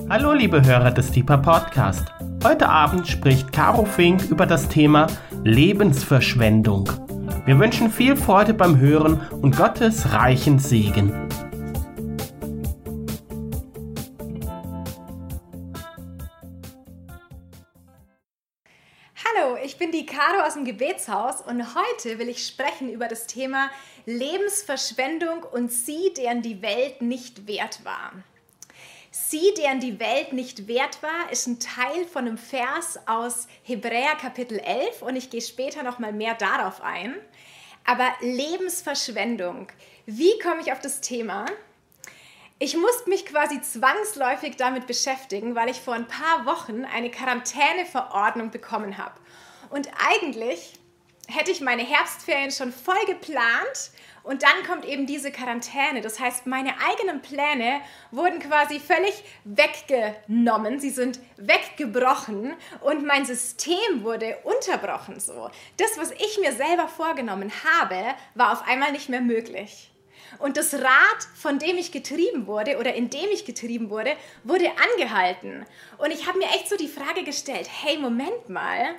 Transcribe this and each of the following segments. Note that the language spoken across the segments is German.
Hallo liebe Hörer des Deeper Podcast. Heute Abend spricht Caro Fink über das Thema Lebensverschwendung. Wir wünschen viel Freude beim Hören und Gottes reichen Segen. Hallo, ich bin die Caro aus dem Gebetshaus und heute will ich sprechen über das Thema Lebensverschwendung und sie, deren die Welt nicht wert war. Sie, deren die Welt nicht wert war, ist ein Teil von einem Vers aus Hebräer Kapitel 11 und ich gehe später noch mal mehr darauf ein. Aber Lebensverschwendung, wie komme ich auf das Thema? Ich musste mich quasi zwangsläufig damit beschäftigen, weil ich vor ein paar Wochen eine Quarantäneverordnung bekommen habe. Und eigentlich hätte ich meine Herbstferien schon voll geplant und dann kommt eben diese Quarantäne. Das heißt, meine eigenen Pläne wurden quasi völlig weggenommen, sie sind weggebrochen und mein System wurde unterbrochen. So. Das, was ich mir selber vorgenommen habe, war auf einmal nicht mehr möglich. Und das Rad, von dem ich getrieben wurde oder in dem ich getrieben wurde, wurde angehalten. Und ich habe mir echt so die Frage gestellt, hey, Moment mal,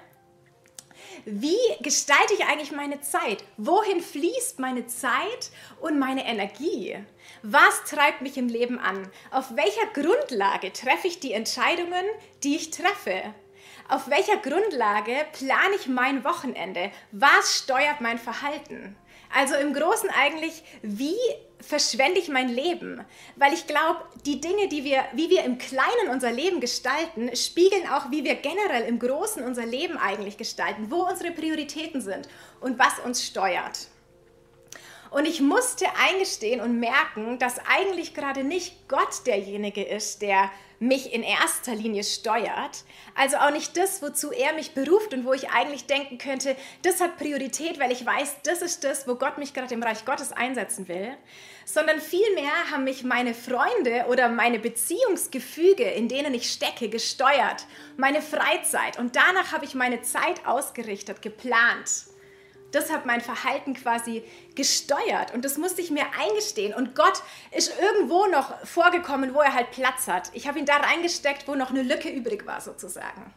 wie gestalte ich eigentlich meine Zeit? Wohin fließt meine Zeit und meine Energie? Was treibt mich im Leben an? Auf welcher Grundlage treffe ich die Entscheidungen, die ich treffe? Auf welcher Grundlage plane ich mein Wochenende? Was steuert mein Verhalten? Also im Großen eigentlich, wie verschwende ich mein Leben? Weil ich glaube, die Dinge, wie wir im Kleinen unser Leben gestalten, spiegeln auch, wie wir generell im Großen unser Leben eigentlich gestalten, wo unsere Prioritäten sind und was uns steuert. Und ich musste eingestehen und merken, dass eigentlich gerade nicht Gott derjenige ist, der mich in erster Linie steuert. Also auch nicht das, wozu er mich beruft und wo ich eigentlich denken könnte, das hat Priorität, weil ich weiß, das ist das, wo Gott mich gerade im Reich Gottes einsetzen will. Sondern vielmehr haben mich meine Freunde oder meine Beziehungsgefüge, in denen ich stecke, gesteuert. Meine Freizeit. Und danach habe ich meine Zeit ausgerichtet, geplant. Das hat mein Verhalten quasi gesteuert und das musste ich mir eingestehen. Und Gott ist irgendwo noch vorgekommen, wo er halt Platz hat. Ich habe ihn da reingesteckt, wo noch eine Lücke übrig war sozusagen.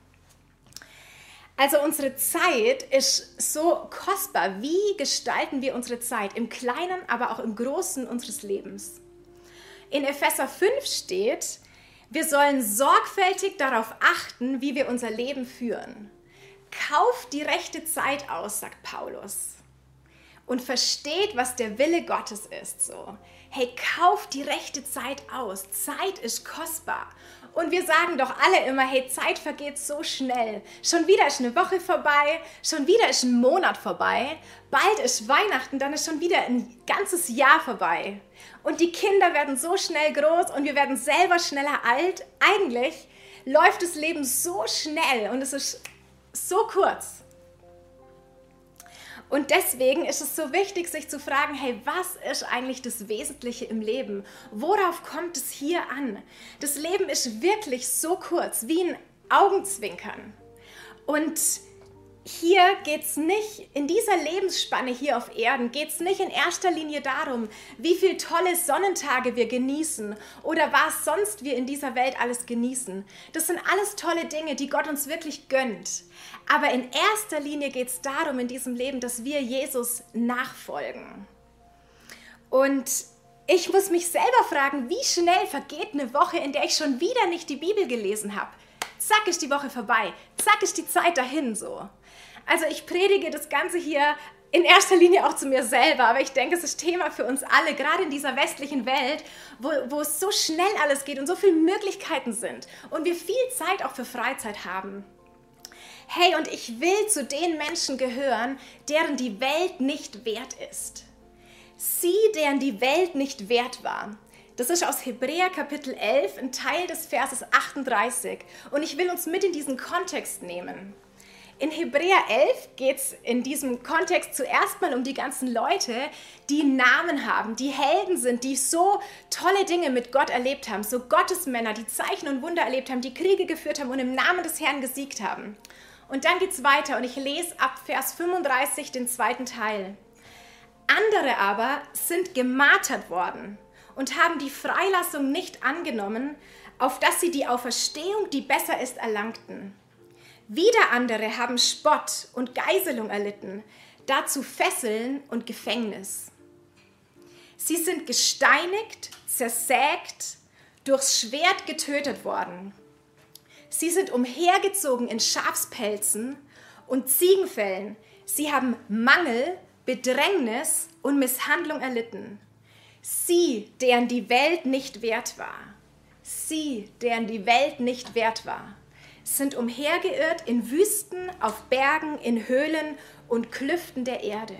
Also unsere Zeit ist so kostbar. Wie gestalten wir unsere Zeit? Im Kleinen, aber auch im Großen unseres Lebens. In Epheser 5 steht, wir sollen sorgfältig darauf achten, wie wir unser Leben führen. Kauft die rechte Zeit aus, sagt Paulus, und versteht, was der Wille Gottes ist. So, hey, kauft die rechte Zeit aus. Zeit ist kostbar. Und wir sagen doch alle immer, hey, Zeit vergeht so schnell. Schon wieder ist eine Woche vorbei, schon wieder ist ein Monat vorbei, bald ist Weihnachten, dann ist schon wieder ein ganzes Jahr vorbei. Und die Kinder werden so schnell groß und wir werden selber schneller alt. Eigentlich läuft das Leben so schnell und es ist so kurz. Und deswegen ist es so wichtig, sich zu fragen, hey, was ist eigentlich das Wesentliche im Leben? Worauf kommt es hier an? Das Leben ist wirklich so kurz, wie ein Augenzwinkern. Und hier geht es nicht, in dieser Lebensspanne hier auf Erden, geht es nicht in erster Linie darum, wie viele tolle Sonnentage wir genießen oder was sonst wir in dieser Welt alles genießen. Das sind alles tolle Dinge, die Gott uns wirklich gönnt. Aber in erster Linie geht es darum in diesem Leben, dass wir Jesus nachfolgen. Und ich muss mich selber fragen, wie schnell vergeht eine Woche, in der ich schon wieder nicht die Bibel gelesen habe. Zack ist die Woche vorbei, zack ist die Zeit dahin so. Also ich predige das Ganze hier in erster Linie auch zu mir selber, aber ich denke, es ist Thema für uns alle, gerade in dieser westlichen Welt, wo es so schnell alles geht und so viele Möglichkeiten sind und wir viel Zeit auch für Freizeit haben. Hey, und ich will zu den Menschen gehören, deren die Welt nicht wert ist. Sie, deren die Welt nicht wert war. Das ist aus Hebräer Kapitel 11, ein Teil des Verses 38. Und ich will uns mit in diesen Kontext nehmen. In Hebräer 11 geht es in diesem Kontext zuerst mal um die ganzen Leute, die Namen haben, die Helden sind, die so tolle Dinge mit Gott erlebt haben, so Gottesmänner, die Zeichen und Wunder erlebt haben, die Kriege geführt haben und im Namen des Herrn gesiegt haben. Und dann geht es weiter und ich lese ab Vers 35 den zweiten Teil. Andere aber sind gemartert worden und haben die Freilassung nicht angenommen, auf dass sie die Auferstehung, die besser ist, erlangten. Wieder andere haben Spott und Geiselung erlitten, dazu Fesseln und Gefängnis. Sie sind gesteinigt, zersägt, durchs Schwert getötet worden. Sie sind umhergezogen in Schafspelzen und Ziegenfellen. Sie haben Mangel, Bedrängnis und Misshandlung erlitten. Sie, deren die Welt nicht wert war. Sie, deren die Welt nicht wert war, sind umhergeirrt in Wüsten, auf Bergen, in Höhlen und Klüften der Erde.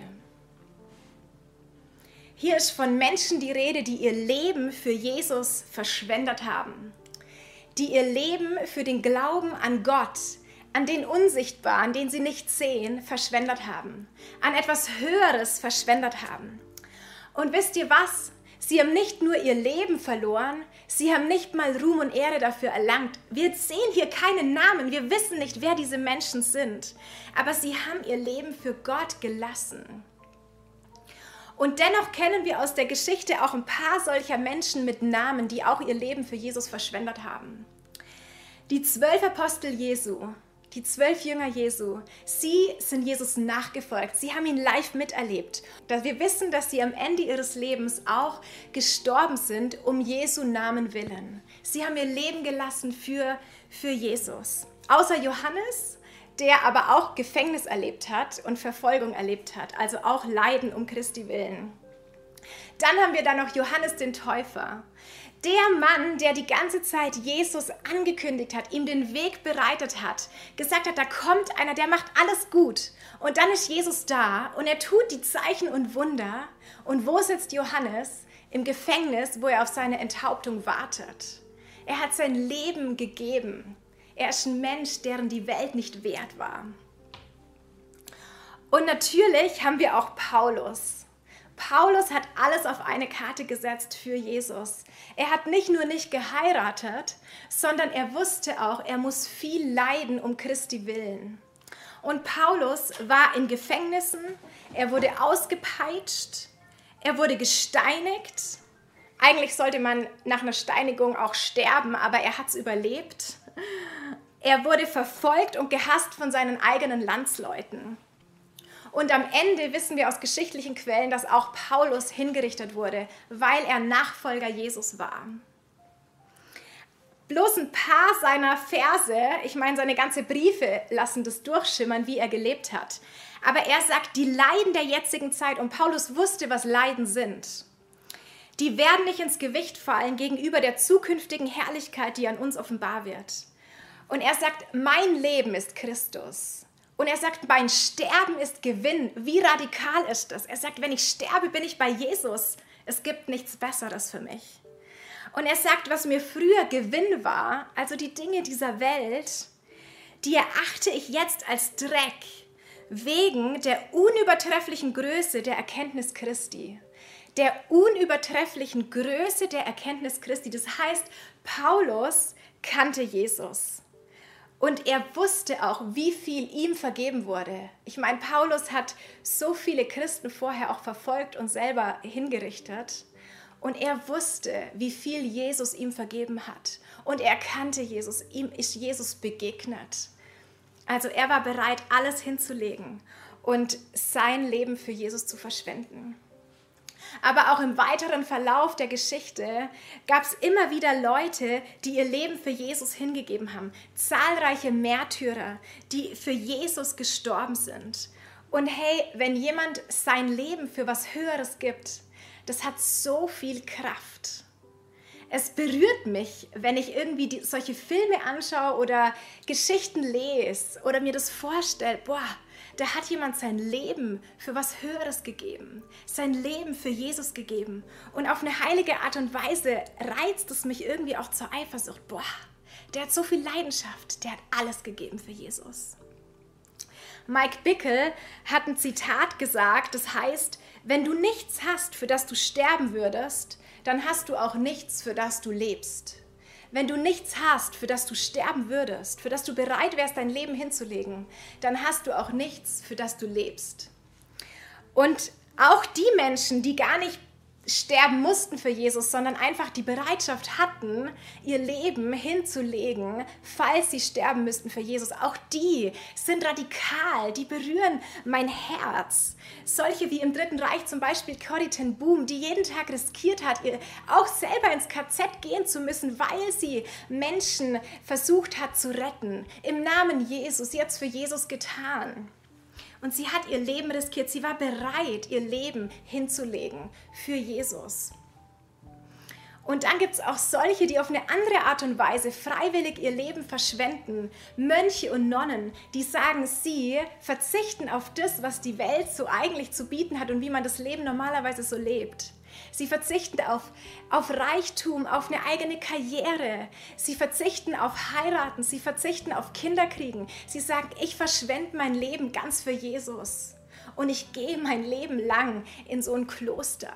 Hier ist von Menschen die Rede, die ihr Leben für Jesus verschwendet haben, die ihr Leben für den Glauben an Gott, an den Unsichtbaren, den sie nicht sehen, verschwendet haben, an etwas Höheres verschwendet haben. Und wisst ihr was? Sie haben nicht nur ihr Leben verloren, sie haben nicht mal Ruhm und Ehre dafür erlangt. Wir sehen hier keinen Namen, wir wissen nicht, wer diese Menschen sind, aber sie haben ihr Leben für Gott gelassen. Und dennoch kennen wir aus der Geschichte auch ein paar solcher Menschen mit Namen, die auch ihr Leben für Jesus verschwendet haben. Die 12 Apostel Jesu, die 12 Jünger Jesu, sie sind Jesus nachgefolgt. Sie haben ihn live miterlebt. Wir wissen, dass sie am Ende ihres Lebens auch gestorben sind, um Jesu Namen willen. Sie haben ihr Leben gelassen für Jesus. Außer Johannes, der aber auch Gefängnis erlebt hat und Verfolgung erlebt hat, also auch Leiden um Christi willen. Dann haben wir da noch Johannes den Täufer. Der Mann, der die ganze Zeit Jesus angekündigt hat, ihm den Weg bereitet hat, gesagt hat, da kommt einer, der macht alles gut. Und dann ist Jesus da und er tut die Zeichen und Wunder. Und wo sitzt Johannes? Im Gefängnis, wo er auf seine Enthauptung wartet. Er hat sein Leben gegeben. Er ist ein Mensch, deren die Welt nicht wert war. Und natürlich haben wir auch Paulus. Paulus hat alles auf eine Karte gesetzt für Jesus. Er hat nicht nur nicht geheiratet, sondern er wusste auch, er muss viel leiden um Christi willen. Und Paulus war in Gefängnissen, er wurde ausgepeitscht, er wurde gesteinigt. Eigentlich sollte man nach einer Steinigung auch sterben, aber er hat es überlebt. Er wurde verfolgt und gehasst von seinen eigenen Landsleuten. Und am Ende wissen wir aus geschichtlichen Quellen, dass auch Paulus hingerichtet wurde, weil er Nachfolger Jesus war. Bloß ein paar seiner Verse, ich meine, seine ganzen Briefe lassen das durchschimmern, wie er gelebt hat. Aber er sagt, die Leiden der jetzigen Zeit, und Paulus wusste, was Leiden sind, die werden nicht ins Gewicht fallen gegenüber der zukünftigen Herrlichkeit, die an uns offenbar wird. Und er sagt, mein Leben ist Christus. Und er sagt, mein Sterben ist Gewinn. Wie radikal ist das? Er sagt, wenn ich sterbe, bin ich bei Jesus. Es gibt nichts Besseres für mich. Und er sagt, was mir früher Gewinn war, also die Dinge dieser Welt, die erachte ich jetzt als Dreck, wegen der unübertrefflichen Größe der Erkenntnis Christi. Der unübertrefflichen Größe der Erkenntnis Christi. Das heißt, Paulus kannte Jesus. Und er wusste auch, wie viel ihm vergeben wurde. Ich meine, Paulus hat so viele Christen vorher auch verfolgt und selber hingerichtet. Und er wusste, wie viel Jesus ihm vergeben hat. Und er kannte Jesus, ihm ist Jesus begegnet. Also er war bereit, alles hinzulegen und sein Leben für Jesus zu verschwenden. Aber auch im weiteren Verlauf der Geschichte gab es immer wieder Leute, die ihr Leben für Jesus hingegeben haben. Zahlreiche Märtyrer, die für Jesus gestorben sind. Und hey, wenn jemand sein Leben für was Höheres gibt, das hat so viel Kraft. Es berührt mich, wenn ich irgendwie solche Filme anschaue oder Geschichten lese oder mir das vorstelle, boah, da hat jemand sein Leben für was Höheres gegeben, sein Leben für Jesus gegeben. Und auf eine heilige Art und Weise reizt es mich irgendwie auch zur Eifersucht. Boah, der hat so viel Leidenschaft, der hat alles gegeben für Jesus. Mike Bickle hat ein Zitat gesagt, das heißt, wenn du nichts hast, für das du sterben würdest, dann hast du auch nichts, für das du lebst. Wenn du nichts hast, für das du sterben würdest, für das du bereit wärst, dein Leben hinzulegen, dann hast du auch nichts, für das du lebst. Und auch die Menschen, die gar nicht sterben mussten für Jesus, sondern einfach die Bereitschaft hatten, ihr Leben hinzulegen, falls sie sterben müssten für Jesus. Auch die sind radikal, die berühren mein Herz. Solche wie im Dritten Reich zum Beispiel Corrie ten Boom, die jeden Tag riskiert hat, auch selber ins KZ gehen zu müssen, weil sie Menschen versucht hat zu retten. Im Namen Jesus, sie hat es für Jesus getan. Und sie hat ihr Leben riskiert, sie war bereit, ihr Leben hinzulegen für Jesus. Und dann gibt es auch solche, die auf eine andere Art und Weise freiwillig ihr Leben verschwenden. Mönche und Nonnen, die sagen, sie verzichten auf das, was die Welt so eigentlich zu bieten hat und wie man das Leben normalerweise so lebt. Sie verzichten auf Reichtum, auf eine eigene Karriere. Sie verzichten auf Heiraten, sie verzichten auf Kinderkriegen. Sie sagen, ich verschwende mein Leben ganz für Jesus und ich gehe mein Leben lang in so ein Kloster.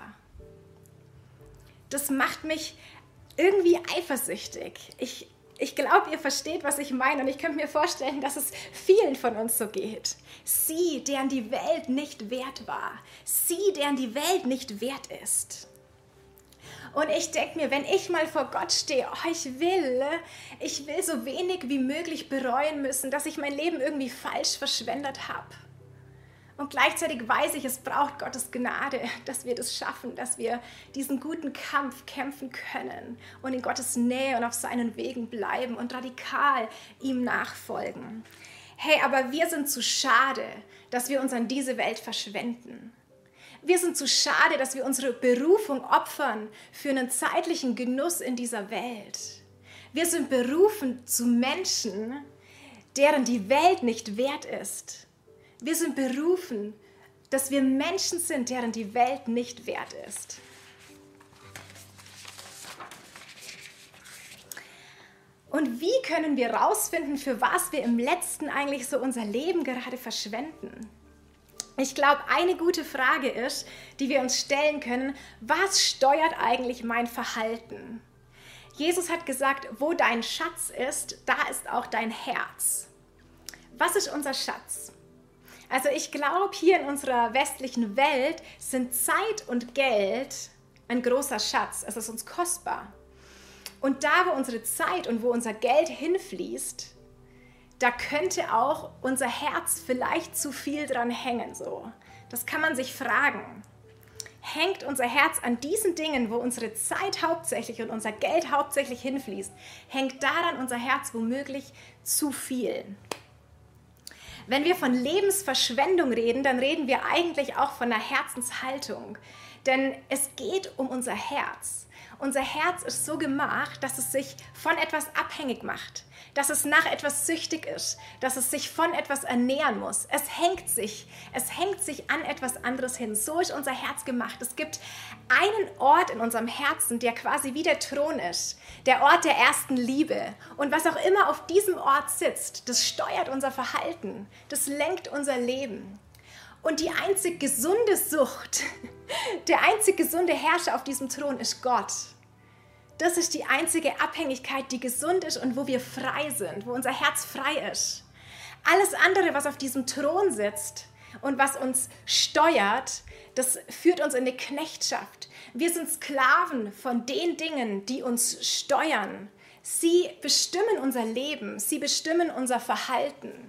Das macht mich irgendwie eifersüchtig. Ich glaube, ihr versteht, was ich meine und ich könnte mir vorstellen, dass es vielen von uns so geht. Sie, deren die Welt nicht wert war. Sie, deren die Welt nicht wert ist. Und ich denke mir, wenn ich mal vor Gott stehe, ich will so wenig wie möglich bereuen müssen, dass ich mein Leben irgendwie falsch verschwendet habe. Und gleichzeitig weiß ich, es braucht Gottes Gnade, dass wir das schaffen, dass wir diesen guten Kampf kämpfen können und in Gottes Nähe und auf seinen Wegen bleiben und radikal ihm nachfolgen. Hey, aber wir sind zu schade, dass wir uns an diese Welt verschwenden. Wir sind zu schade, dass wir unsere Berufung opfern für einen zeitlichen Genuss in dieser Welt. Wir sind berufen zu Menschen, deren die Welt nicht wert ist. Wir sind berufen, dass wir Menschen sind, deren die Welt nicht wert ist. Und wie können wir rausfinden, für was wir im Letzten eigentlich so unser Leben gerade verschwenden? Ich glaube, eine gute Frage ist, die wir uns stellen können, was steuert eigentlich mein Verhalten? Jesus hat gesagt, wo dein Schatz ist, da ist auch dein Herz. Was ist unser Schatz? Also ich glaube, hier in unserer westlichen Welt sind Zeit und Geld ein großer Schatz. Es ist uns kostbar. Und da, wo unsere Zeit und wo unser Geld hinfließt, da könnte auch unser Herz vielleicht zu viel dran hängen. So. Das kann man sich fragen. Hängt unser Herz an diesen Dingen, wo unsere Zeit hauptsächlich und unser Geld hauptsächlich hinfließt, hängt daran unser Herz womöglich zu viel? Wenn wir von Lebensverschwendung reden, dann reden wir eigentlich auch von einer Herzenshaltung. Denn es geht um unser Herz. Unser Herz ist so gemacht, dass es sich von etwas abhängig macht, dass es nach etwas süchtig ist, dass es sich von etwas ernähren muss. Es hängt sich an etwas anderes hin. So ist unser Herz gemacht. Es gibt einen Ort in unserem Herzen, der quasi wie der Thron ist, der Ort der ersten Liebe. Und was auch immer auf diesem Ort sitzt, das steuert unser Verhalten, das lenkt unser Leben. Und die einzig gesunde Sucht, der einzig gesunde Herrscher auf diesem Thron ist Gott. Das ist die einzige Abhängigkeit, die gesund ist und wo wir frei sind, wo unser Herz frei ist. Alles andere, was auf diesem Thron sitzt und was uns steuert, das führt uns in eine Knechtschaft. Wir sind Sklaven von den Dingen, die uns steuern. Sie bestimmen unser Leben, sie bestimmen unser Verhalten.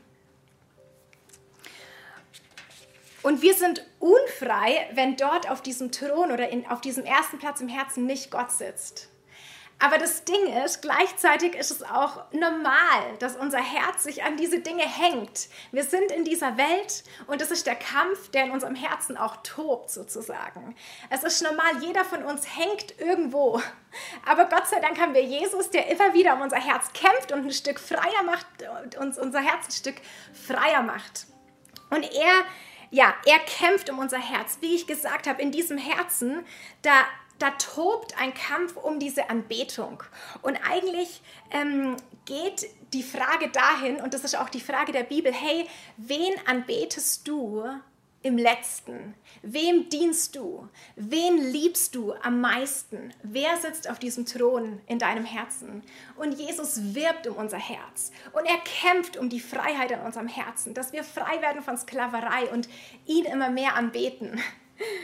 Und wir sind unfrei, wenn dort auf diesem Thron oder auf diesem ersten Platz im Herzen nicht Gott sitzt. Aber das Ding ist, gleichzeitig ist es auch normal, dass unser Herz sich an diese Dinge hängt. Wir sind in dieser Welt und das ist der Kampf, der in unserem Herzen auch tobt sozusagen. Es ist normal, jeder von uns hängt irgendwo. Aber Gott sei Dank haben wir Jesus, der immer wieder um unser Herz kämpft und ein Stück freier macht, uns unser Herz ein Stück freier macht. Und er kämpft um unser Herz. Wie ich gesagt habe, in diesem Herzen, da tobt ein Kampf um diese Anbetung. Und eigentlich geht die Frage dahin, und das ist auch die Frage der Bibel, hey, wen anbetest du im Letzten? Wem dienst du? Wen liebst du am meisten? Wer sitzt auf diesem Thron in deinem Herzen? Und Jesus wirbt um unser Herz. Und er kämpft um die Freiheit in unserem Herzen, dass wir frei werden von Sklaverei und ihn immer mehr anbeten.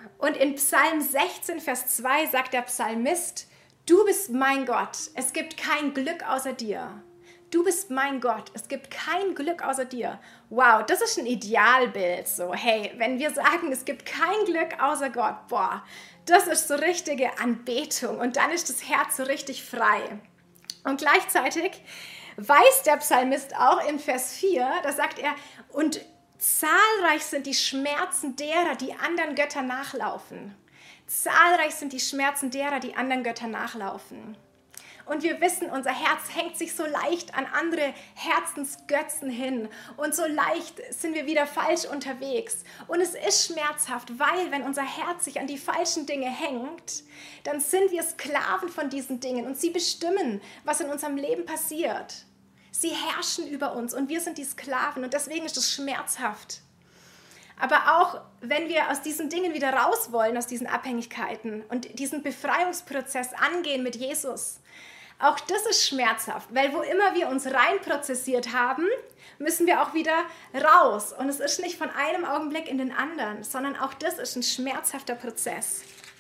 Und in Psalm 16, Vers 2 sagt der Psalmist, du bist mein Gott, es gibt kein Glück außer dir. Du bist mein Gott, es gibt kein Glück außer dir. Wow, das ist ein Idealbild. So, hey, wenn wir sagen, es gibt kein Glück außer Gott, boah, das ist so richtige Anbetung und dann ist das Herz so richtig frei. Und gleichzeitig weiß der Psalmist auch in Vers 4, da sagt er, und zahlreich sind die Schmerzen derer, die anderen Göttern nachlaufen. Zahlreich sind die Schmerzen derer, die anderen Göttern nachlaufen. Und wir wissen, unser Herz hängt sich so leicht an andere Herzensgötzen hin und so leicht sind wir wieder falsch unterwegs. Und es ist schmerzhaft, weil wenn unser Herz sich an die falschen Dinge hängt, dann sind wir Sklaven von diesen Dingen und sie bestimmen, was in unserem Leben passiert. Sie herrschen über uns und wir sind die Sklaven und deswegen ist es schmerzhaft. Aber auch wenn wir aus diesen Dingen wieder raus wollen, aus diesen Abhängigkeiten und diesen Befreiungsprozess angehen mit Jesus, auch das ist schmerzhaft, weil wo immer wir uns reinprozessiert haben, müssen wir auch wieder raus. Und es ist nicht von einem Augenblick in den anderen, sondern auch das ist ein schmerzhafter Prozess.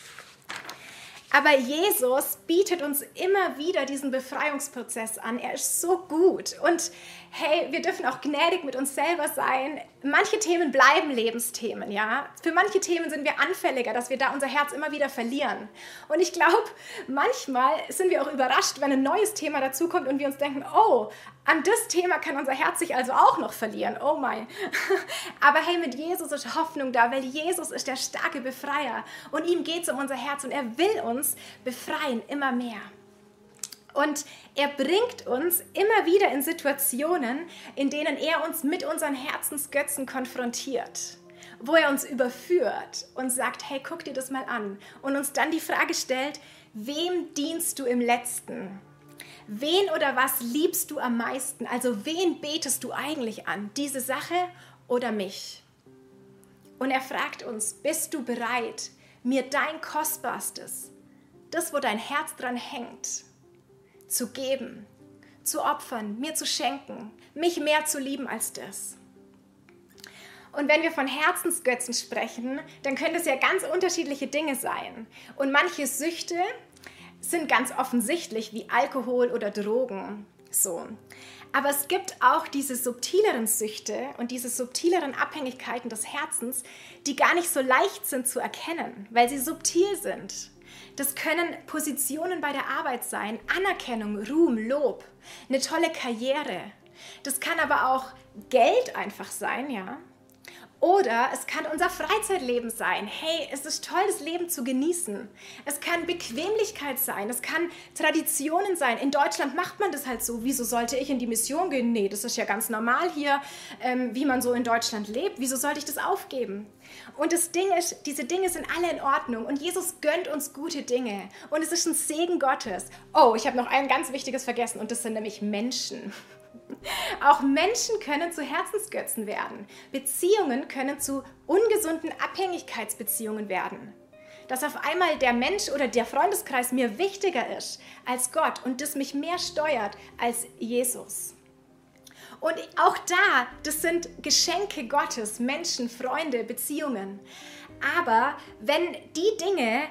Aber Jesus bietet uns immer wieder diesen Befreiungsprozess an. Er ist so gut. Und hey, wir dürfen auch gnädig mit uns selber sein. Manche Themen bleiben Lebensthemen, ja. Für manche Themen sind wir anfälliger, dass wir da unser Herz immer wieder verlieren. Und ich glaube, manchmal sind wir auch überrascht, wenn ein neues Thema dazukommt und wir uns denken, oh, an das Thema kann unser Herz sich also auch noch verlieren. Oh mein. Aber hey, mit Jesus ist Hoffnung da, weil Jesus ist der starke Befreier. Und ihm geht es um unser Herz und er will uns befreien, immer mehr. Und er bringt uns immer wieder in Situationen, in denen er uns mit unseren Herzensgötzen konfrontiert, wo er uns überführt und sagt, hey, guck dir das mal an. Und uns dann die Frage stellt, wem dienst du im Letzten? Wen oder was liebst du am meisten? Also wen betest du eigentlich an? Diese Sache oder mich? Und er fragt uns, bist du bereit, mir dein Kostbarstes, das, wo dein Herz dran hängt, zu geben, zu opfern, mir zu schenken, mich mehr zu lieben als das? Und wenn wir von Herzensgötzen sprechen, dann können es ja ganz unterschiedliche Dinge sein. Und manche Süchte sind ganz offensichtlich wie Alkohol oder Drogen. So. Aber es gibt auch diese subtileren Süchte und diese subtileren Abhängigkeiten des Herzens, die gar nicht so leicht sind zu erkennen, weil sie subtil sind. Das können Positionen bei der Arbeit sein, Anerkennung, Ruhm, Lob, eine tolle Karriere. Das kann aber auch Geld einfach sein, ja. Oder es kann unser Freizeitleben sein. Hey, es ist toll, das Leben zu genießen. Es kann Bequemlichkeit sein, es kann Traditionen sein. In Deutschland macht man das halt so. Wieso sollte ich in die Mission gehen? Nee, das ist ja ganz normal hier, wie man so in Deutschland lebt. Wieso sollte ich das aufgeben? Und das Ding ist, diese Dinge sind alle in Ordnung und Jesus gönnt uns gute Dinge. Und es ist ein Segen Gottes. Oh, ich habe noch ein ganz Wichtiges vergessen und das sind nämlich Menschen. Auch Menschen können zu Herzensgötzen werden. Beziehungen können zu ungesunden Abhängigkeitsbeziehungen werden. Dass auf einmal der Mensch oder der Freundeskreis mir wichtiger ist als Gott und das mich mehr steuert als Jesus. Und auch da, das sind Geschenke Gottes, Menschen, Freunde, Beziehungen. Aber wenn die Dinge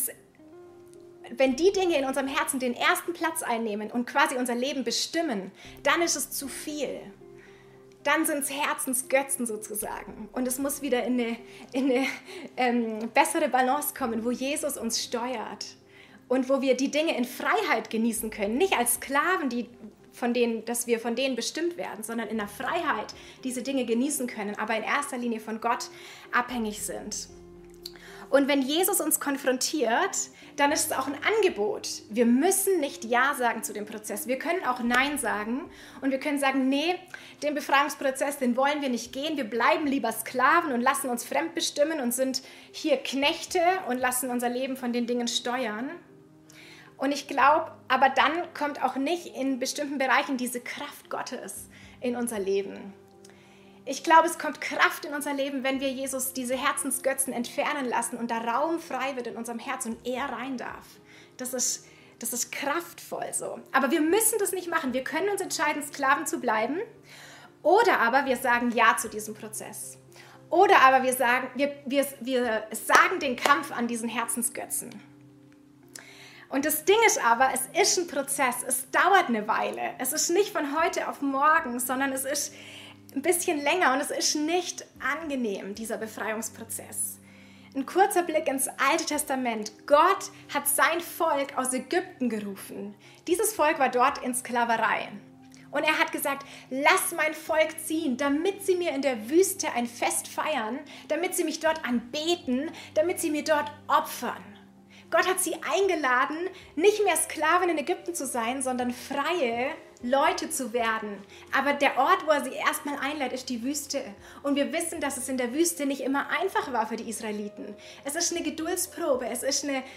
in unserem Herzen den ersten Platz einnehmen und quasi unser Leben bestimmen, dann ist es zu viel. Dann sind es Herzensgötzen sozusagen. Und es muss wieder in eine bessere Balance kommen, wo Jesus uns steuert und wo wir die Dinge in Freiheit genießen können. Nicht als Sklaven, dass wir von denen bestimmt werden, sondern in der Freiheit diese Dinge genießen können, aber in erster Linie von Gott abhängig sind. Und wenn Jesus uns konfrontiert, dann ist es auch ein Angebot. Wir müssen nicht Ja sagen zu dem Prozess. Wir können auch Nein sagen und wir können sagen, nee, den Befreiungsprozess, den wollen wir nicht gehen. Wir bleiben lieber Sklaven und lassen uns fremdbestimmen und sind hier Knechte und lassen unser Leben von den Dingen steuern. Und ich glaube, aber dann kommt auch nicht in bestimmten Bereichen diese Kraft Gottes in unser Leben. Ich glaube, es kommt Kraft in unser Leben, wenn wir Jesus diese Herzensgötzen entfernen lassen und der Raum frei wird in unserem Herz und er rein darf. Das ist kraftvoll so. Aber wir müssen das nicht machen. Wir können uns entscheiden, Sklaven zu bleiben oder aber wir sagen Ja zu diesem Prozess. Oder aber wir sagen den Kampf an diesen Herzensgötzen. Und das Ding ist aber, es ist ein Prozess, es dauert eine Weile. Es ist nicht von heute auf morgen, sondern es ist ein bisschen länger und es ist nicht angenehm, dieser Befreiungsprozess. Ein kurzer Blick ins Alte Testament. Gott hat sein Volk aus Ägypten gerufen. Dieses Volk war dort in Sklaverei. Und er hat gesagt, lass mein Volk ziehen, damit sie mir in der Wüste ein Fest feiern, damit sie mich dort anbeten, damit sie mir dort opfern. Gott hat sie eingeladen, nicht mehr Sklaven in Ägypten zu sein, sondern freie Leute zu werden. Aber der Ort, wo er sie erstmal einlädt, ist die Wüste. Und wir wissen, dass es in der Wüste nicht immer einfach war für die Israeliten. Es ist eine Geduldsprobe, es ist eine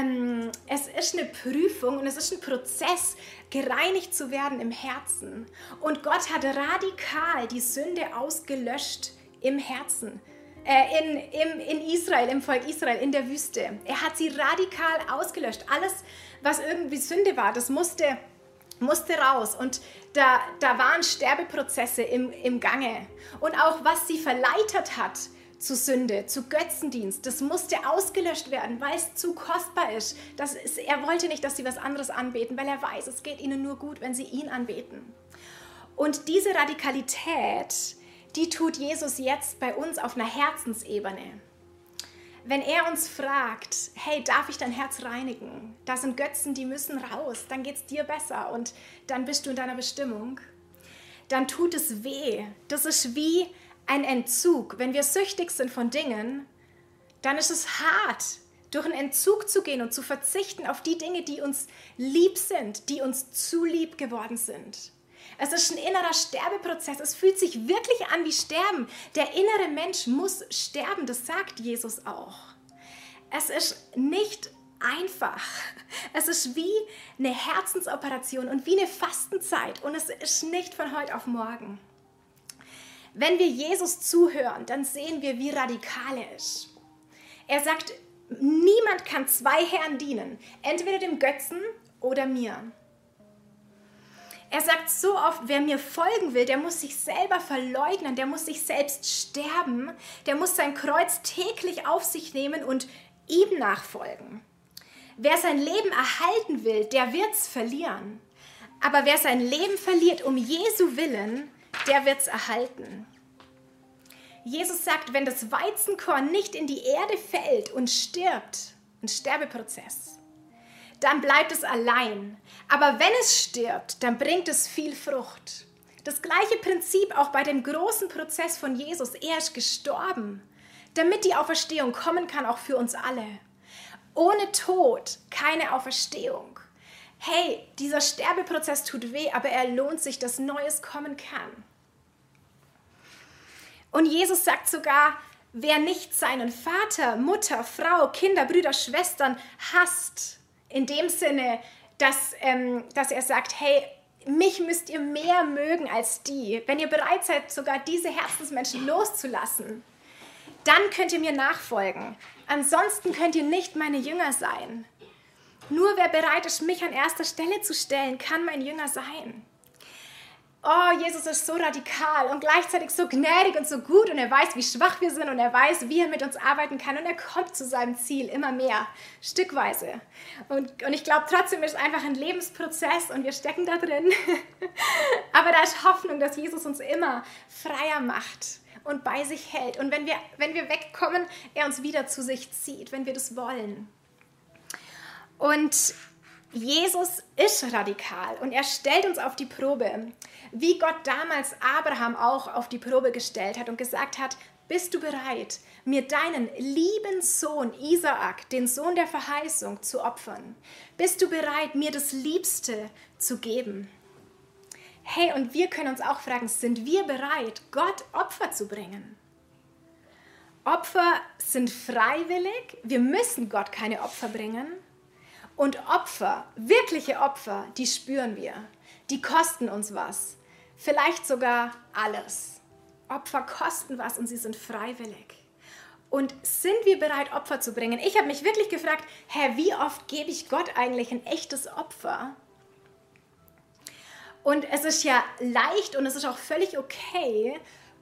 Prüfung und es ist ein Prozess, gereinigt zu werden im Herzen. Und Gott hat radikal die Sünde ausgelöscht im Herzen. In Israel, im Volk Israel, in der Wüste. Er hat sie radikal ausgelöscht. Alles, was irgendwie Sünde war, das musste raus. Und da waren Sterbeprozesse im Gange. Und auch was sie verleitet hat zu Sünde, zu Götzendienst, das musste ausgelöscht werden, weil es zu kostbar ist. Er wollte nicht, dass sie was anderes anbeten, weil er weiß, es geht ihnen nur gut, wenn sie ihn anbeten. Und diese Radikalität, die tut Jesus jetzt bei uns auf einer Herzensebene. Wenn er uns fragt, hey, darf ich dein Herz reinigen? Da sind Götzen, die müssen raus, dann geht es dir besser und dann bist du in deiner Bestimmung. Dann tut es weh. Das ist wie ein Entzug. Wenn wir süchtig sind von Dingen, dann ist es hart, durch einen Entzug zu gehen und zu verzichten auf die Dinge, die uns lieb sind, die uns zu lieb geworden sind. Es ist ein innerer Sterbeprozess. Es fühlt sich wirklich an wie Sterben. Der innere Mensch muss sterben, das sagt Jesus auch. Es ist nicht einfach. Es ist wie eine Herzensoperation und wie eine Fastenzeit und es ist nicht von heute auf morgen. Wenn wir Jesus zuhören, dann sehen wir, wie radikal er ist. Er sagt, niemand kann zwei Herren dienen, entweder dem Götzen oder mir. Er sagt so oft, wer mir folgen will, der muss sich selber verleugnen, der muss sich selbst sterben, der muss sein Kreuz täglich auf sich nehmen und ihm nachfolgen. Wer sein Leben erhalten will, der wird's verlieren. Aber wer sein Leben verliert um Jesu Willen, der wird's erhalten. Jesus sagt, wenn das Weizenkorn nicht in die Erde fällt und stirbt, ein Sterbeprozess, dann bleibt es allein. Aber wenn es stirbt, dann bringt es viel Frucht. Das gleiche Prinzip auch bei dem großen Prozess von Jesus. Er ist gestorben, damit die Auferstehung kommen kann, auch für uns alle. Ohne Tod keine Auferstehung. Hey, dieser Sterbeprozess tut weh, aber er lohnt sich, dass Neues kommen kann. Und Jesus sagt sogar, wer nicht seinen Vater, Mutter, Frau, Kinder, Brüder, Schwestern hasst, in dem Sinne, dass er sagt, hey, mich müsst ihr mehr mögen als die. Wenn ihr bereit seid, sogar diese Herzensmenschen loszulassen, dann könnt ihr mir nachfolgen. Ansonsten könnt ihr nicht meine Jünger sein. Nur wer bereit ist, mich an erster Stelle zu stellen, kann mein Jünger sein. Oh, Jesus ist so radikal und gleichzeitig so gnädig und so gut und er weiß, wie schwach wir sind und er weiß, wie er mit uns arbeiten kann und er kommt zu seinem Ziel immer mehr, stückweise. Und ich glaube, trotzdem ist es einfach ein Lebensprozess und wir stecken da drin. Aber da ist Hoffnung, dass Jesus uns immer freier macht und bei sich hält. Und wenn wir wegkommen, er uns wieder zu sich zieht, wenn wir das wollen. Und Jesus ist radikal und er stellt uns auf die Probe, wie Gott damals Abraham auch auf die Probe gestellt hat und gesagt hat, bist du bereit, mir deinen lieben Sohn Isaak, den Sohn der Verheißung, zu opfern? Bist du bereit, mir das Liebste zu geben? Hey, und wir können uns auch fragen, sind wir bereit, Gott Opfer zu bringen? Opfer sind freiwillig, wir müssen Gott keine Opfer bringen. Und Opfer, wirkliche Opfer, die spüren wir. Die kosten uns was. Vielleicht sogar alles. Opfer kosten was und sie sind freiwillig. Und sind wir bereit, Opfer zu bringen? Ich habe mich wirklich gefragt, wie oft gebe ich Gott eigentlich ein echtes Opfer? Und es ist ja leicht und es ist auch völlig okay,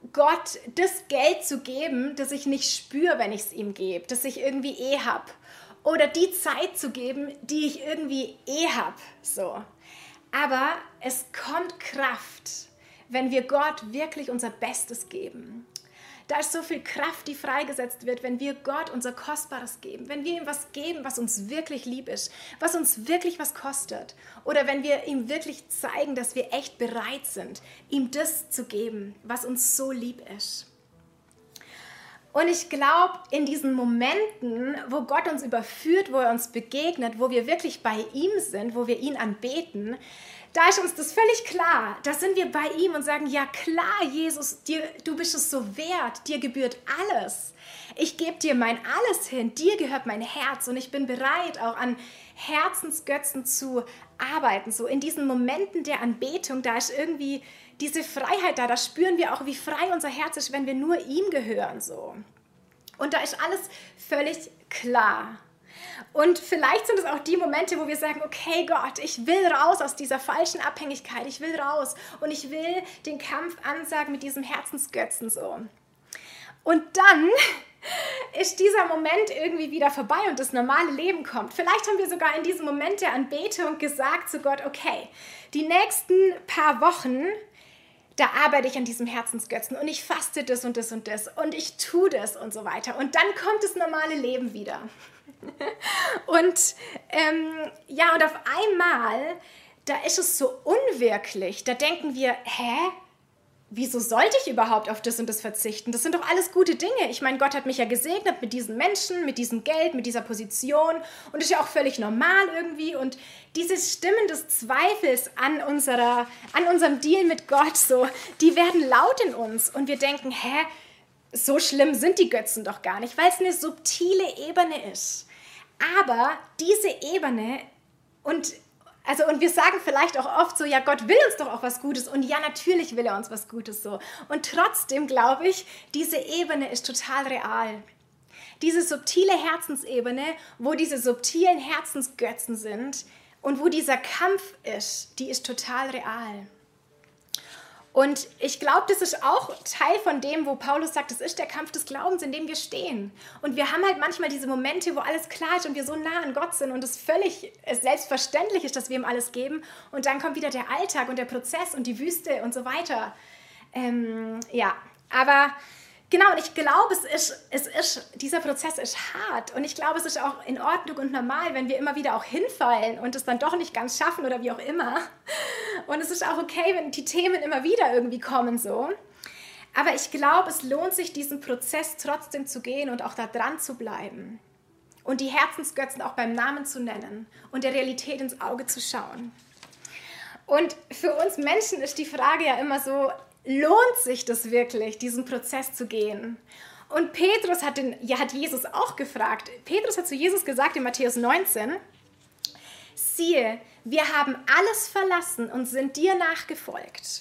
Gott das Geld zu geben, das ich nicht spüre, wenn ich es ihm gebe, das ich irgendwie habe. Oder die Zeit zu geben, die ich irgendwie habe. So. Aber es kommt Kraft, wenn wir Gott wirklich unser Bestes geben. Da ist so viel Kraft, die freigesetzt wird, wenn wir Gott unser Kostbares geben. Wenn wir ihm was geben, was uns wirklich lieb ist, was uns wirklich was kostet. Oder wenn wir ihm wirklich zeigen, dass wir echt bereit sind, ihm das zu geben, was uns so lieb ist. Und ich glaube, in diesen Momenten, wo Gott uns überführt, wo er uns begegnet, wo wir wirklich bei ihm sind, wo wir ihn anbeten, da ist uns das völlig klar. Da sind wir bei ihm und sagen, ja klar, Jesus, du bist es so wert, dir gebührt alles. Ich gebe dir mein Alles hin, dir gehört mein Herz und ich bin bereit, auch an Herzensgötzen zu arbeiten. So in diesen Momenten der Anbetung, da ist irgendwie diese Freiheit da spüren wir auch, wie frei unser Herz ist, wenn wir nur ihm gehören. So. Und da ist alles völlig klar. Und vielleicht sind es auch die Momente, wo wir sagen, okay Gott, ich will raus aus dieser falschen Abhängigkeit, ich will raus und ich will den Kampf ansagen mit diesem Herzensgötzen so. Und dann ist dieser Moment irgendwie wieder vorbei und das normale Leben kommt. Vielleicht haben wir sogar in diesem Moment der Anbetung gesagt zu Gott, okay, die nächsten paar Wochen, da arbeite ich an diesem Herzensgötzen und ich faste das und das und das und ich tue das und so weiter. Und dann kommt das normale Leben wieder. Und und auf einmal, da ist es so unwirklich. Da denken wir, wieso sollte ich überhaupt auf das und das verzichten? Das sind doch alles gute Dinge. Ich meine, Gott hat mich ja gesegnet mit diesen Menschen, mit diesem Geld, mit dieser Position. Und das ist ja auch völlig normal irgendwie. Und diese Stimmen des Zweifels an unserem Deal mit Gott, so, die werden laut in uns. Und wir denken, so schlimm sind die Götzen doch gar nicht, weil es eine subtile Ebene ist. Aber diese Ebene und wir sagen vielleicht auch oft so, ja, Gott will uns doch auch was Gutes und ja, natürlich will er uns was Gutes so. Und trotzdem glaube ich, diese Ebene ist total real. Diese subtile Herzensebene, wo diese subtilen Herzensgötzen sind und wo dieser Kampf ist, die ist total real. Und ich glaube, das ist auch Teil von dem, wo Paulus sagt, das ist der Kampf des Glaubens, in dem wir stehen. Und wir haben halt manchmal diese Momente, wo alles klar ist und wir so nah an Gott sind und es völlig selbstverständlich ist, dass wir ihm alles geben. Und dann kommt wieder der Alltag und der Prozess und die Wüste und so weiter. Aber genau, und ich glaube, dieser Prozess ist hart und ich glaube, es ist auch in Ordnung und normal, wenn wir immer wieder auch hinfallen und es dann doch nicht ganz schaffen oder wie auch immer. Und es ist auch okay, wenn die Themen immer wieder irgendwie kommen so. Aber ich glaube, es lohnt sich, diesen Prozess trotzdem zu gehen und auch da dran zu bleiben. Und die Herzensgötzen auch beim Namen zu nennen und der Realität ins Auge zu schauen. Und für uns Menschen ist die Frage ja immer so, lohnt sich das wirklich, diesen Prozess zu gehen? Und Petrus hat Jesus auch gefragt. Petrus hat zu Jesus gesagt in Matthäus 19, siehe, wir haben alles verlassen und sind dir nachgefolgt.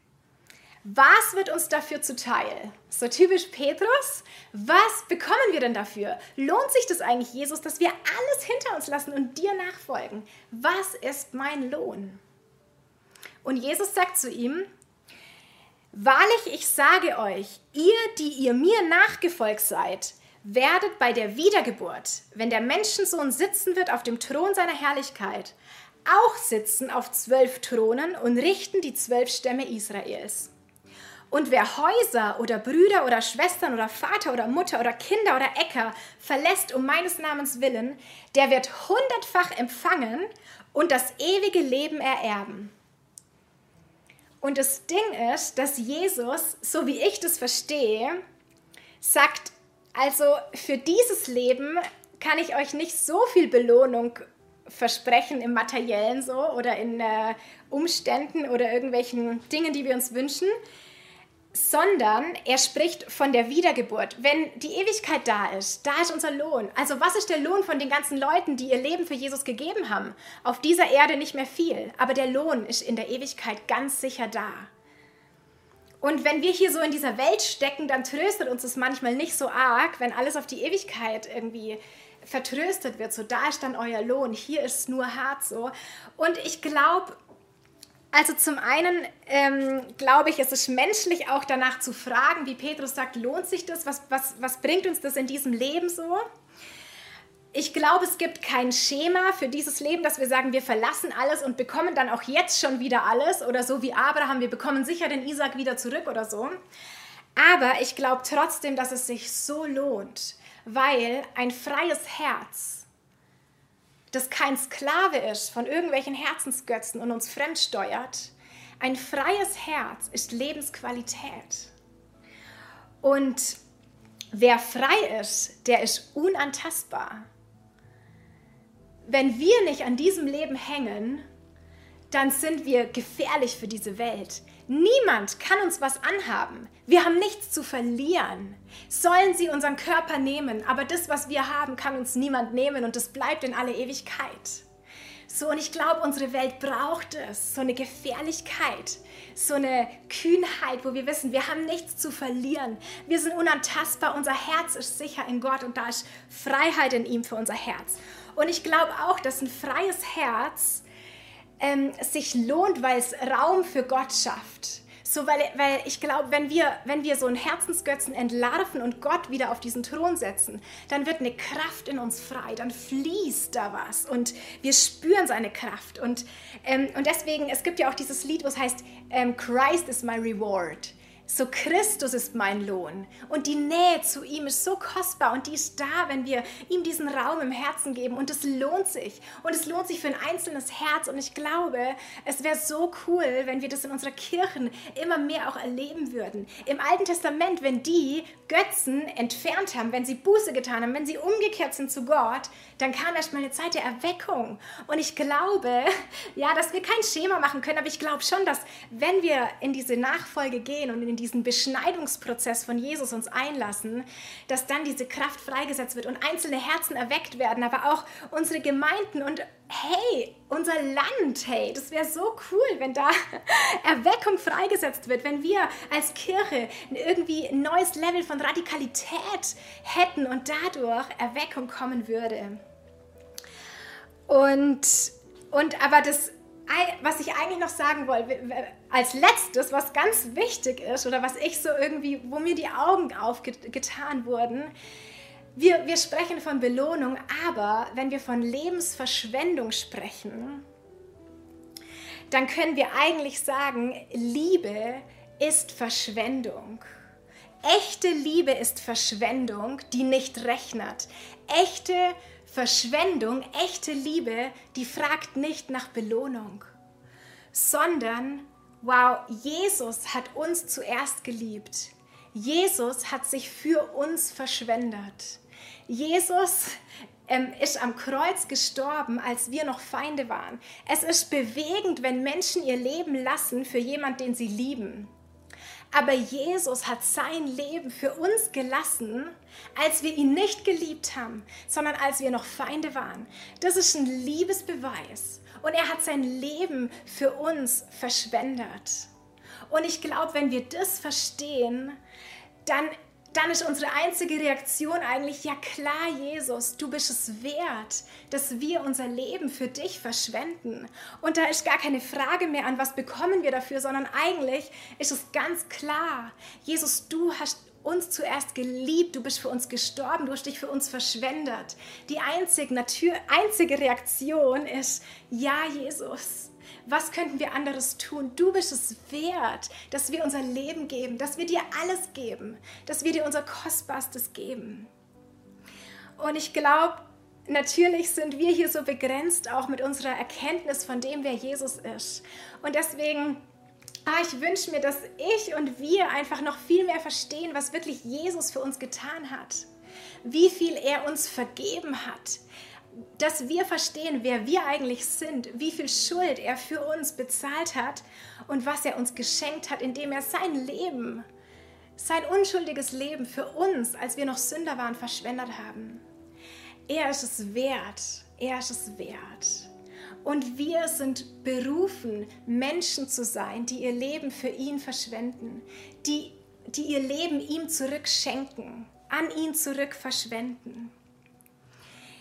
Was wird uns dafür zuteil? So typisch Petrus. Was bekommen wir denn dafür? Lohnt sich das eigentlich, Jesus, dass wir alles hinter uns lassen und dir nachfolgen? Was ist mein Lohn? Und Jesus sagt zu ihm, wahrlich, ich sage euch, ihr, die ihr mir nachgefolgt seid, werdet bei der Wiedergeburt, wenn der Menschensohn sitzen wird auf dem Thron seiner Herrlichkeit, auch sitzen auf 12 Thronen und richten die 12 Stämme Israels. Und wer Häuser oder Brüder oder Schwestern oder Vater oder Mutter oder Kinder oder Äcker verlässt um meines Namens willen, der wird 100-fach empfangen und das ewige Leben ererben. Und das Ding ist, dass Jesus, so wie ich das verstehe, sagt, also für dieses Leben kann ich euch nicht so viel Belohnung versprechen im Materiellen so oder in Umständen oder irgendwelchen Dingen, die wir uns wünschen, sondern er spricht von der Wiedergeburt. Wenn die Ewigkeit da ist unser Lohn. Also was ist der Lohn von den ganzen Leuten, die ihr Leben für Jesus gegeben haben? Auf dieser Erde nicht mehr viel, aber der Lohn ist in der Ewigkeit ganz sicher da. Und wenn wir hier so in dieser Welt stecken, dann tröstet uns das manchmal nicht so arg, wenn alles auf die Ewigkeit irgendwie vertröstet wird. So, da ist dann euer Lohn, hier ist es nur hart so. Und ich glaube, Also zum einen glaube ich, es ist menschlich auch danach zu fragen, wie Petrus sagt, lohnt sich das? Was bringt uns das in diesem Leben so? Ich glaube, es gibt kein Schema für dieses Leben, dass wir sagen, wir verlassen alles und bekommen dann auch jetzt schon wieder alles oder so wie Abraham, wir bekommen sicher den Isaak wieder zurück oder so. Aber ich glaube trotzdem, dass es sich so lohnt, weil ein freies Herz, das kein Sklave ist von irgendwelchen Herzensgötzen und uns fremdsteuert, ein freies Herz ist Lebensqualität. Und wer frei ist, der ist unantastbar. Wenn wir nicht an diesem Leben hängen, dann sind wir gefährlich für diese Welt. Niemand kann uns was anhaben. Wir haben nichts zu verlieren. Sollen sie unseren Körper nehmen, aber das, was wir haben, kann uns niemand nehmen und das bleibt in alle Ewigkeit. So, und ich glaube, unsere Welt braucht es, so eine Gefährlichkeit, so eine Kühnheit, wo wir wissen, wir haben nichts zu verlieren. Wir sind unantastbar, unser Herz ist sicher in Gott und da ist Freiheit in ihm für unser Herz. Und ich glaube auch, dass ein freies Herz sich lohnt, weil es Raum für Gott schafft. So, weil ich glaube, wenn wir so einen Herzensgötzen entlarven und Gott wieder auf diesen Thron setzen, dann wird eine Kraft in uns frei, dann fließt da was und wir spüren seine Kraft. Und deswegen, es gibt ja auch dieses Lied, wo es heißt, Christ is my reward. So, Christus ist mein Lohn und die Nähe zu ihm ist so kostbar und die ist da, wenn wir ihm diesen Raum im Herzen geben und es lohnt sich und es lohnt sich für ein einzelnes Herz und ich glaube, es wäre so cool, wenn wir das in unserer Kirche immer mehr auch erleben würden. Im Alten Testament, wenn die Götzen entfernt haben, wenn sie Buße getan haben, wenn sie umgekehrt sind zu Gott, dann kam erst mal eine Zeit der Erweckung und ich glaube, ja, dass wir kein Schema machen können, aber ich glaube schon, dass wenn wir in diese Nachfolge gehen und in diesen Beschneidungsprozess von Jesus uns einlassen, dass dann diese Kraft freigesetzt wird und einzelne Herzen erweckt werden, aber auch unsere Gemeinden und hey, unser Land, hey, das wäre so cool, wenn da Erweckung freigesetzt wird, wenn wir als Kirche irgendwie ein neues Level von Radikalität hätten und dadurch Erweckung kommen würde. Aber das, was ich eigentlich noch sagen wollte, als letztes, was ganz wichtig ist oder was ich so irgendwie, wo mir die Augen aufgetan wurden, wir sprechen von Belohnung, aber wenn wir von Lebensverschwendung sprechen, dann können wir eigentlich sagen, Liebe ist Verschwendung. Echte Liebe ist Verschwendung, die nicht rechnet. Echte Verschwendung, echte Liebe, die fragt nicht nach Belohnung, sondern, wow, Jesus hat uns zuerst geliebt. Jesus hat sich für uns verschwendet. Jesus ist am Kreuz gestorben, als wir noch Feinde waren. Es ist bewegend, wenn Menschen ihr Leben lassen für jemanden, den sie lieben. Aber Jesus hat sein Leben für uns gelassen, als wir ihn nicht geliebt haben, sondern als wir noch Feinde waren. Das ist ein Liebesbeweis. Und er hat sein Leben für uns verschwendet. Und ich glaube, wenn wir das verstehen, dann ist unsere einzige Reaktion eigentlich, ja klar, Jesus, du bist es wert, dass wir unser Leben für dich verschwenden. Und da ist gar keine Frage mehr an, was bekommen wir dafür, sondern eigentlich ist es ganz klar, Jesus, du hast uns zuerst geliebt, du bist für uns gestorben, du hast dich für uns verschwendet. Die einzige Reaktion ist, ja, Jesus, was könnten wir anderes tun? Du bist es wert, dass wir unser Leben geben, dass wir dir alles geben, dass wir dir unser Kostbarstes geben. Und ich glaube, natürlich sind wir hier so begrenzt, auch mit unserer Erkenntnis von dem, wer Jesus ist. Und deswegen, ich wünsche mir, dass ich und wir einfach noch viel mehr verstehen, was wirklich Jesus für uns getan hat. Wie viel er uns vergeben hat. Dass wir verstehen, wer wir eigentlich sind, wie viel Schuld er für uns bezahlt hat und was er uns geschenkt hat, indem er sein Leben, sein unschuldiges Leben für uns, als wir noch Sünder waren, verschwendet haben. Er ist es wert, er ist es wert. Und wir sind berufen, Menschen zu sein, die ihr Leben für ihn verschwenden, die ihr Leben ihm zurückschenken, an ihn zurück verschwenden.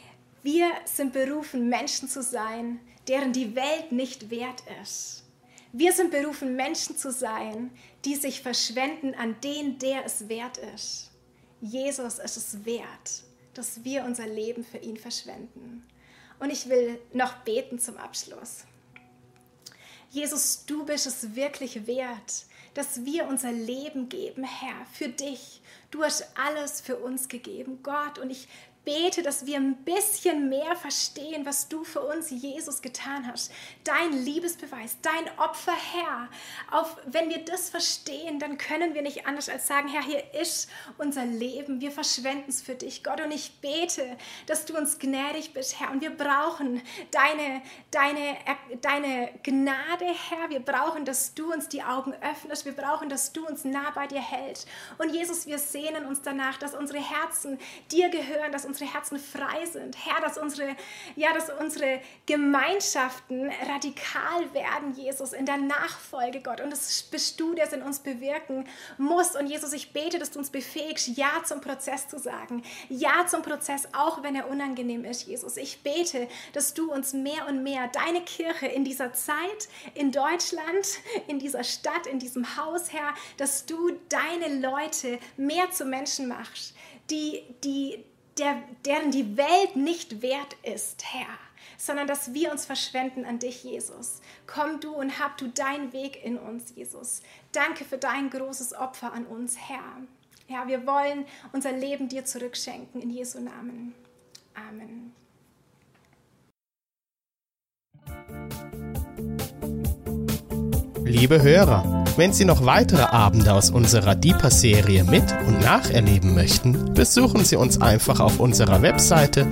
Wir sind berufen, Menschen zu sein, deren die Welt nicht wert ist. Wir sind berufen, Menschen zu sein, die sich verschwenden an den, der es wert ist. Jesus ist es wert, dass wir unser Leben für ihn verschwenden. Und ich will noch beten zum Abschluss. Jesus, du bist es wirklich wert, dass wir unser Leben geben, Herr, für dich. Du hast alles für uns gegeben, Gott. Und ich bete, dass wir ein bisschen mehr verstehen, was du für uns, Jesus, getan hast. Dein Liebesbeweis, dein Opfer, Herr. Wenn wir das verstehen, dann können wir nicht anders als sagen, Herr, hier ist unser Leben. Wir verschwenden es für dich, Gott. Und ich bete, dass du uns gnädig bist, Herr. Und wir brauchen deine Gnade, Herr. Wir brauchen, dass du uns die Augen öffnest. Wir brauchen, dass du uns nah bei dir hältst. Und Jesus, wir sehnen uns danach, dass unsere Herzen dir gehören, dass unsere Herzen frei sind. Herr, dass unsere Gemeinschaften radikal werden, Jesus, in der Nachfolge, Gott. Und das bist du, der es in uns bewirken muss. Und Jesus, ich bete, dass du uns befähigst, Ja zum Prozess zu sagen. Ja zum Prozess, auch wenn er unangenehm ist, Jesus. Ich bete, dass du uns mehr und mehr, deine Kirche in dieser Zeit, in Deutschland, in dieser Stadt, in diesem Haus, Herr, dass du deine Leute mehr zu Menschen machst, deren die Welt nicht wert ist, Herr, sondern dass wir uns verschwenden an dich, Jesus. Komm du und hab du deinen Weg in uns, Jesus. Danke für dein großes Opfer an uns, Herr. Ja, wir wollen unser Leben dir zurückschenken, in Jesu Namen. Amen. Liebe Hörer, wenn Sie noch weitere Abende aus unserer Deeper-Serie mit- und nacherleben möchten, besuchen Sie uns einfach auf unserer Webseite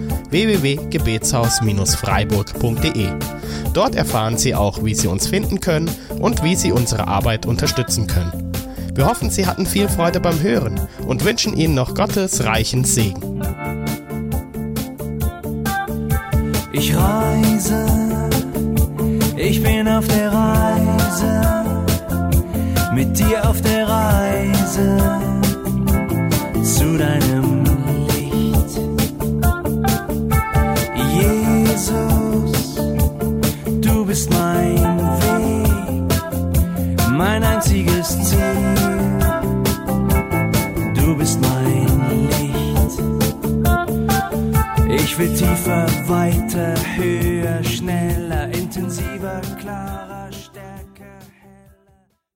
www.gebetshaus-freiburg.de. Dort erfahren Sie auch, wie Sie uns finden können und wie Sie unsere Arbeit unterstützen können. Wir hoffen, Sie hatten viel Freude beim Hören und wünschen Ihnen noch Gottes reichen Segen. Ich reise, ich bin auf der Reise, mit dir auf der Reise zu deinem Licht. Jesus, du bist mein Weg, mein einziges Ziel. Du bist mein Licht. Ich will tiefer, weiter, höher, schneller, intensiver, klarer.